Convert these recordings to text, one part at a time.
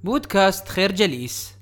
بودكاست خير جليس.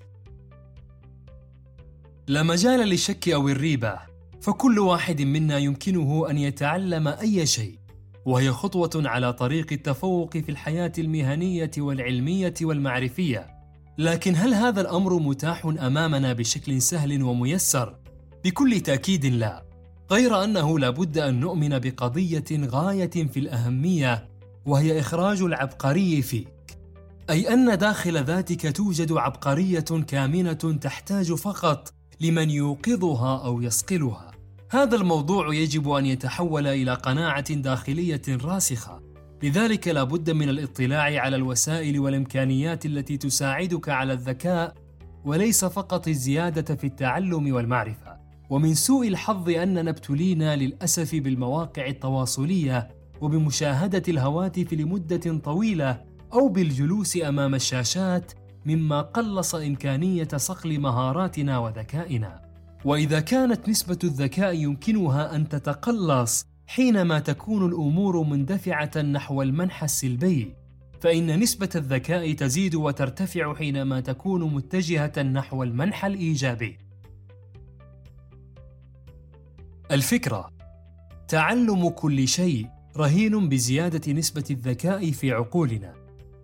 لا مجال للشك أو الريبة، فكل واحد منا يمكنه أن يتعلم أي شيء، وهي خطوة على طريق التفوق في الحياة المهنية والعلمية والمعرفية. لكن هل هذا الأمر متاح أمامنا بشكل سهل وميسر؟ بكل تأكيد لا، غير أنه لابد أن نؤمن بقضية غاية في الأهمية، وهي إخراج العبقري فيك، أي أن داخل ذاتك توجد عبقرية كامنة تحتاج فقط لمن يوقظها أو يصقلها. هذا الموضوع يجب أن يتحول إلى قناعة داخلية راسخة، لذلك لا بد من الاطلاع على الوسائل والإمكانيات التي تساعدك على الذكاء، وليس فقط الزيادة في التعلم والمعرفة. ومن سوء الحظ أننا ابتلينا للأسف بالمواقع التواصلية وبمشاهدة الهواتف لمدة طويلة أو بالجلوس أمام الشاشات، مما قلص إمكانية صقل مهاراتنا وذكائنا. وإذا كانت نسبة الذكاء يمكنها أن تتقلص حينما تكون الأمور مندفعة نحو المنحى السلبي، فإن نسبة الذكاء تزيد وترتفع حينما تكون متجهة نحو المنحى الإيجابي. الفكرة: تعلم كل شيء رهين بزيادة نسبة الذكاء في عقولنا.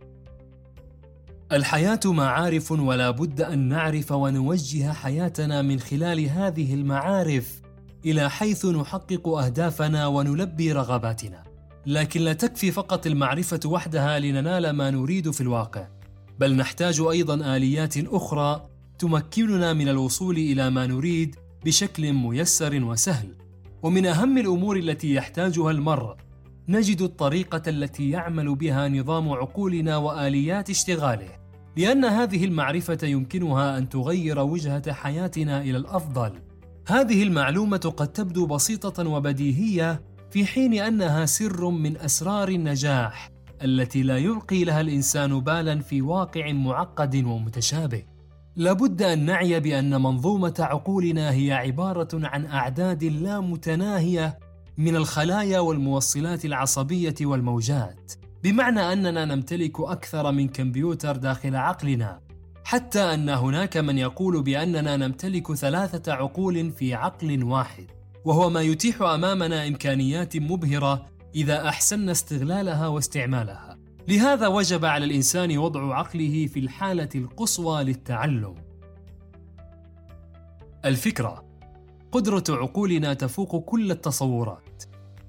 الحياة معارف، ولا بد أن نعرف ونوجه حياتنا من خلال هذه المعارف إلى حيث نحقق أهدافنا ونلبي رغباتنا. لكن لا تكفي فقط المعرفة وحدها لننال ما نريد في الواقع، بل نحتاج أيضاً آليات أخرى تمكننا من الوصول إلى ما نريد بشكل ميسر وسهل. ومن أهم الأمور التي يحتاجها المرء نجد الطريقة التي يعمل بها نظام عقولنا وآليات اشتغاله، لأن هذه المعرفة يمكنها أن تغير وجهة حياتنا إلى الأفضل. هذه المعلومة قد تبدو بسيطة وبديهية، في حين أنها سر من أسرار النجاح التي لا يلقي لها الإنسان بالا في واقع معقد ومتشابه. لابد أن نعي بأن منظومة عقولنا هي عبارة عن أعداد لا متناهية من الخلايا والموصلات العصبية والموجات، بمعنى أننا نمتلك أكثر من كمبيوتر داخل عقلنا، حتى أن هناك من يقول بأننا نمتلك 3 عقول في عقل واحد، وهو ما يتيح أمامنا إمكانيات مبهرة إذا أحسننا استغلالها واستعمالها. لهذا وجب على الإنسان وضع عقله في الحالة القصوى للتعلم. الفكرة: قدرة عقولنا تفوق كل التصورات.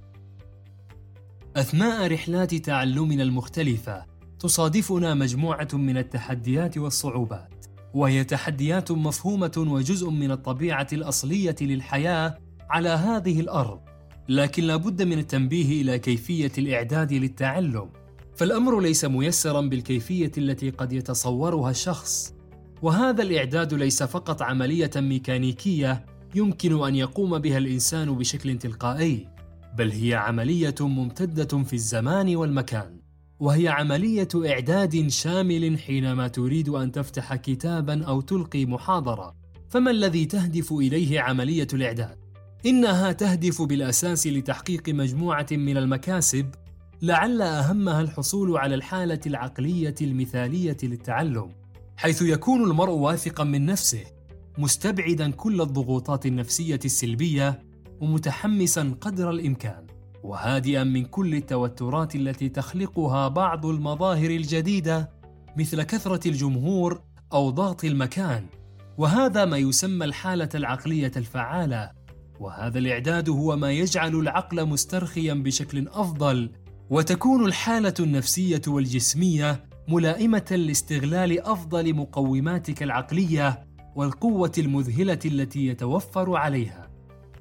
أثناء رحلات تعلمنا المختلفة تصادفنا مجموعة من التحديات والصعوبات، وهي تحديات مفهومة وجزء من الطبيعة الأصلية للحياة على هذه الأرض. لكن لا بد من التنبيه إلى كيفية الإعداد للتعلم، فالأمر ليس ميسراً بالكيفية التي قد يتصورها الشخص. وهذا الإعداد ليس فقط عملية ميكانيكية يمكن أن يقوم بها الإنسان بشكل تلقائي، بل هي عملية ممتدة في الزمان والمكان، وهي عملية إعداد شامل. حينما تريد أن تفتح كتاباً أو تلقي محاضرة، فما الذي تهدف إليه عملية الإعداد؟ إنها تهدف بالأساس لتحقيق مجموعة من المكاسب، لعل أهمها الحصول على الحالة العقلية المثالية للتعلم، حيث يكون المرء واثقاً من نفسه، مستبعداً كل الضغوطات النفسية السلبية، ومتحمساً قدر الإمكان، وهادئاً من كل التوترات التي تخلقها بعض المظاهر الجديدة مثل كثرة الجمهور أو ضغط المكان. وهذا ما يسمى الحالة العقلية الفعالة. وهذا الإعداد هو ما يجعل العقل مسترخياً بشكل أفضل، وتكون الحالة النفسية والجسمية ملائمة لاستغلال أفضل مقوماتك العقلية والقوة المذهلة التي يتوفر عليها.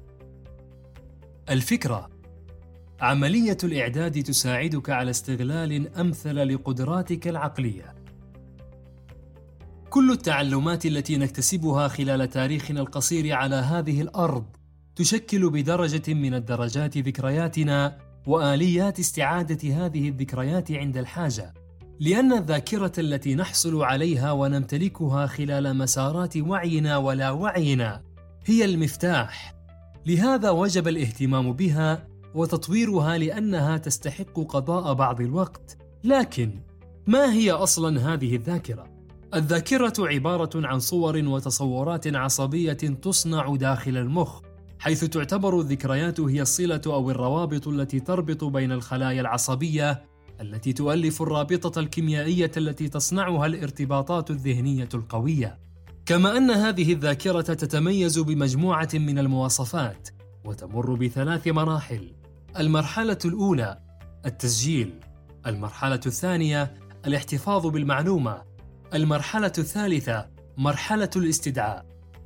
الفكرة: عملية الإعداد تساعدك على استغلال أمثل لقدراتك العقلية. كل التعلمات التي نكتسبها خلال تاريخنا القصير على هذه الأرض تشكل بدرجة من الدرجات ذكرياتنا وآليات استعادة هذه الذكريات عند الحاجة، لأن الذاكرة التي نحصل عليها ونمتلكها خلال مسارات وعينا ولا وعينا هي المفتاح. لهذا وجب الاهتمام بها وتطويرها، لأنها تستحق قضاء بعض الوقت. لكن ما هي أصلاً هذه الذاكرة؟ الذاكرة عبارة عن صور وتصورات عصبية تصنع داخل المخ، حيث تعتبر الذكريات هي الصلة أو الروابط التي تربط بين الخلايا العصبية التي تؤلف الرابطة الكيميائية التي تصنعها الارتباطات الذهنية القوية. كما أن هذه الذاكرة تتميز بمجموعة من المواصفات وتمر بثلاث مراحل: المرحلة الأولى التسجيل، المرحلة الثانية الاحتفاظ بالمعلومة، المرحلة الثالثة مرحلة الاستدعاء.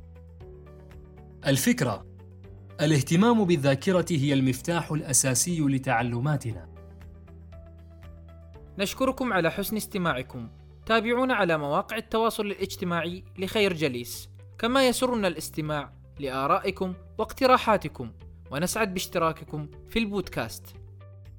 الفكرة: الاهتمام بالذاكرة هي المفتاح الأساسي لتعلماتنا. نشكركم على حسن استماعكم. تابعونا على مواقع التواصل الاجتماعي لخير جليس، كما يسرنا الاستماع لآرائكم واقتراحاتكم، ونسعد باشتراككم في البودكاست.